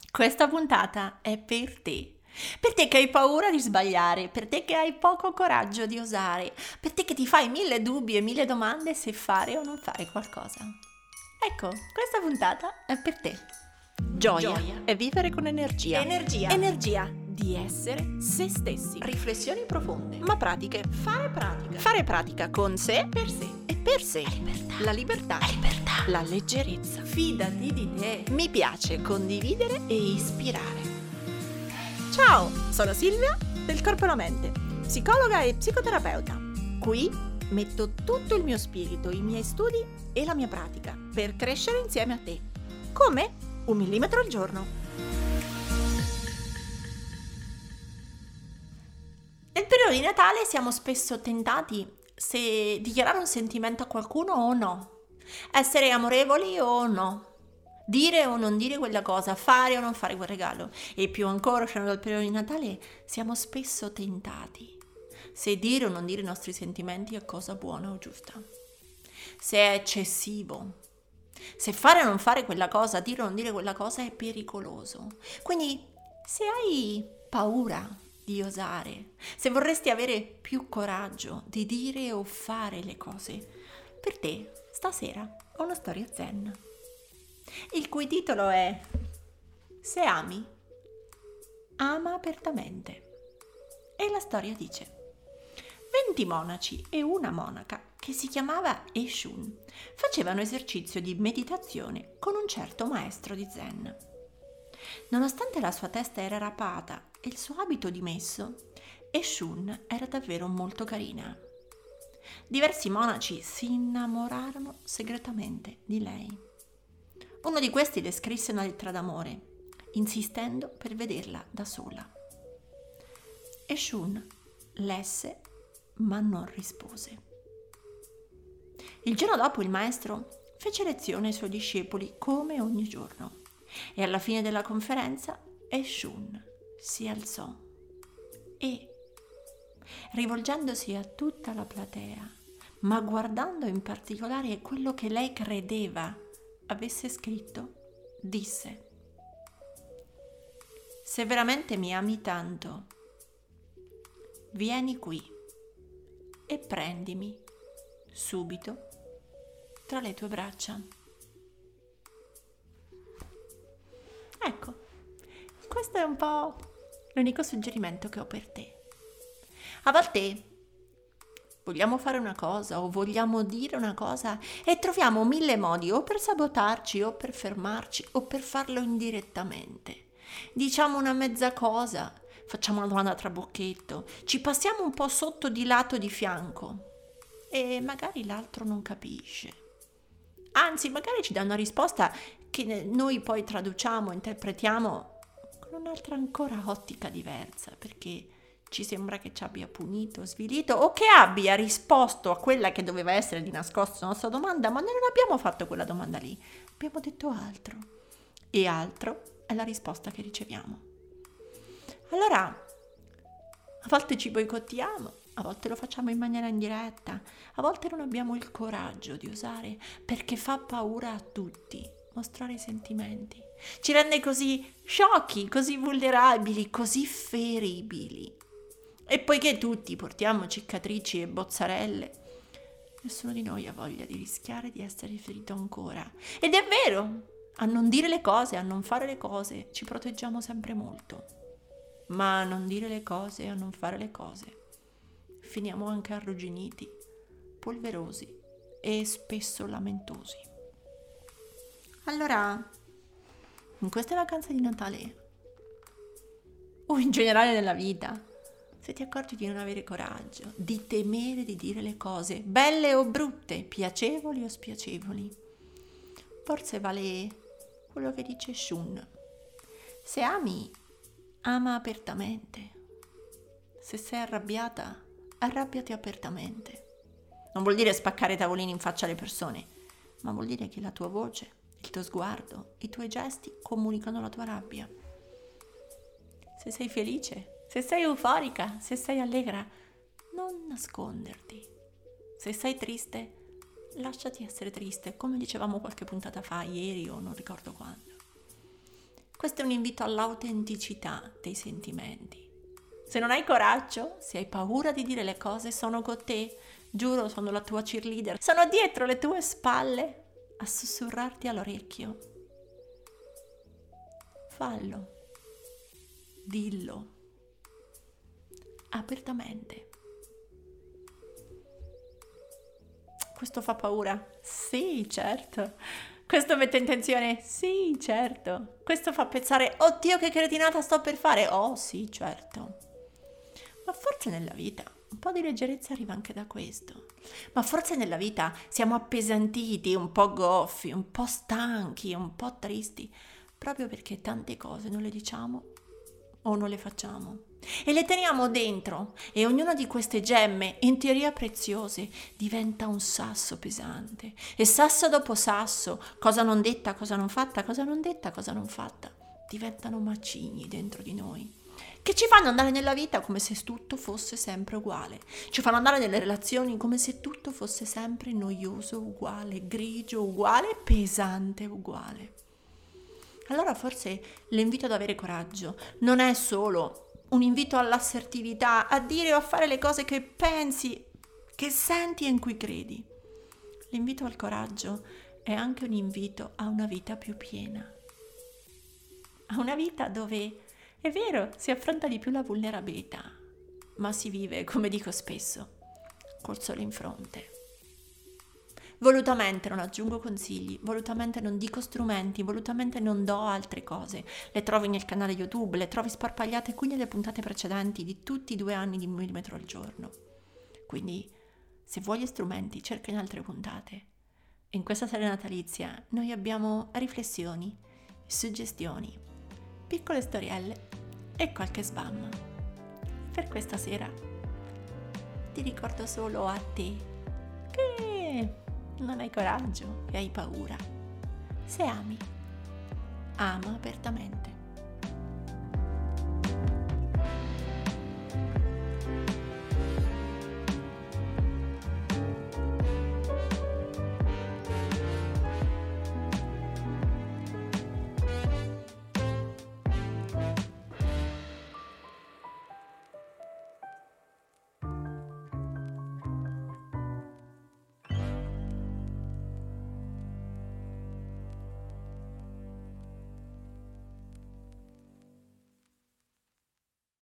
Questa puntata è per te. Per te che hai paura di sbagliare, per te che hai poco coraggio di osare, per te che ti fai 1000 dubbi e 1000 domande se fare o non fare qualcosa. Ecco, questa puntata è per te. Gioia è vivere con energia. Energia. Di essere se stessi. Riflessioni profonde. Ma pratiche. Fare pratica con sé Per sé. e per sé. La libertà. La leggerezza. Fidati di te. Mi piace condividere e ispirare. Ciao, sono Silvia del Corpo e la Mente, psicologa e psicoterapeuta. Qui metto tutto il mio spirito, i miei studi e la mia pratica per crescere insieme a te. Come? 1 millimetro al giorno. Nel periodo di Natale siamo spesso tentati se dichiarare un sentimento a qualcuno o no, essere amorevoli o no, dire o non dire quella cosa, fare o non fare quel regalo. E più ancora, uscendo dal periodo di Natale, siamo spesso tentati se dire o non dire i nostri sentimenti è cosa buona o giusta, se è eccessivo, se fare o non fare quella cosa, dire o non dire quella cosa è pericoloso. Quindi se hai paura di osare, se vorresti avere più coraggio di dire o fare le cose, per te stasera ho una storia zen, il cui titolo è Se ami, ama apertamente. E la storia dice: 20 monaci e una monaca che si chiamava Eshun facevano esercizio di meditazione con un certo maestro di zen. Nonostante la sua testa era rapata e il suo abito dimesso, Eshun era davvero molto carina. Diversi monaci si innamorarono segretamente di lei. Uno di questi le scrisse una lettera d'amore, insistendo per vederla da sola. Eshun lesse, ma non rispose. Il giorno dopo il maestro fece lezione ai suoi discepoli come ogni giorno e alla fine della conferenza Eshun si alzò e, rivolgendosi a tutta la platea, ma guardando in particolare quello che lei credeva avesse scritto, disse: se veramente mi ami tanto, vieni qui e prendimi subito tra le tue braccia. Ecco, questo è un po' l'unico suggerimento che ho per te. A volte vogliamo fare una cosa o vogliamo dire una cosa e troviamo 1000 modi o per sabotarci o per fermarci o per farlo indirettamente. Diciamo una mezza cosa, facciamo una domanda a trabocchetto, ci passiamo un po' sotto di lato di fianco e magari l'altro non capisce. Anzi, magari ci dà una risposta che noi poi traduciamo, interpretiamo con un'altra ancora ottica diversa, perché ci sembra che ci abbia punito, svilito o che abbia risposto a quella che doveva essere di nascosto la nostra domanda, ma noi non abbiamo fatto quella domanda lì, abbiamo detto altro. E altro è la risposta che riceviamo. Allora, a volte ci boicottiamo, a volte lo facciamo in maniera indiretta, a volte non abbiamo il coraggio di osare perché fa paura a tutti mostrare i sentimenti. Ci rende così sciocchi, così vulnerabili, così feribili. E poiché tutti portiamo cicatrici e bozzarelle, nessuno di noi ha voglia di rischiare di essere ferito ancora. Ed è vero, a non dire le cose, a non fare le cose, ci proteggiamo sempre molto. Ma a non dire le cose e a non fare le cose, finiamo anche arrugginiti, polverosi e spesso lamentosi. Allora, in queste vacanze di Natale, o in generale nella vita, se ti accorgi di non avere coraggio, di temere di dire le cose, belle o brutte, piacevoli o spiacevoli, forse vale quello che dice Shun. Se ami, ama apertamente. Se sei arrabbiata, arrabbiati apertamente. Non vuol dire spaccare i tavolini in faccia alle persone, ma vuol dire che la tua voce, il tuo sguardo, i tuoi gesti comunicano la tua rabbia. Se sei felice, se sei euforica, se sei allegra, non nasconderti. Se sei triste, lasciati essere triste, come dicevamo qualche puntata fa, ieri o non ricordo quando. Questo è un invito all'autenticità dei sentimenti. Se non hai coraggio, se hai paura di dire le cose, sono con te. Giuro, sono la tua cheerleader. Sono dietro le tue spalle a sussurrarti all'orecchio. Fallo. Dillo. Apertamente. Questo fa paura? Sì, certo. Questo mette in tensione? Sì, certo. Questo fa pensare, oddio che cretinata sto per fare? Oh, sì, certo. Ma forse nella vita un po' di leggerezza arriva anche da questo. Ma forse nella vita siamo appesantiti, un po' goffi, un po' stanchi, un po' tristi, proprio perché tante cose non le diciamo o non le facciamo. E le teniamo dentro e ognuna di queste gemme, in teoria preziose, diventa un sasso pesante. E sasso dopo sasso, cosa non detta, cosa non fatta, cosa non detta, cosa non fatta, diventano macigni dentro di noi, che ci fanno andare nella vita come se tutto fosse sempre uguale. Ci fanno andare nelle relazioni come se tutto fosse sempre noioso, uguale, grigio, uguale, pesante, uguale. Allora forse l'invito ad avere coraggio non è solo un invito all'assertività, a dire o a fare le cose che pensi, che senti e in cui credi. L'invito al coraggio è anche un invito a una vita più piena. A una vita dove, è vero, si affronta di più la vulnerabilità, ma si vive, come dico spesso, col sole in fronte. Volutamente non aggiungo consigli, volutamente non dico strumenti, volutamente non do altre cose. Le trovi nel canale YouTube, le trovi sparpagliate qui nelle puntate precedenti di tutti i 2 anni di Millimetro al giorno. Quindi, se vuoi strumenti, cerca in altre puntate. In questa serie natalizia noi abbiamo riflessioni, suggestioni, piccole storielle e qualche spam. Per questa sera ti ricordo solo a te che non hai coraggio e hai paura. Se ami, ama apertamente.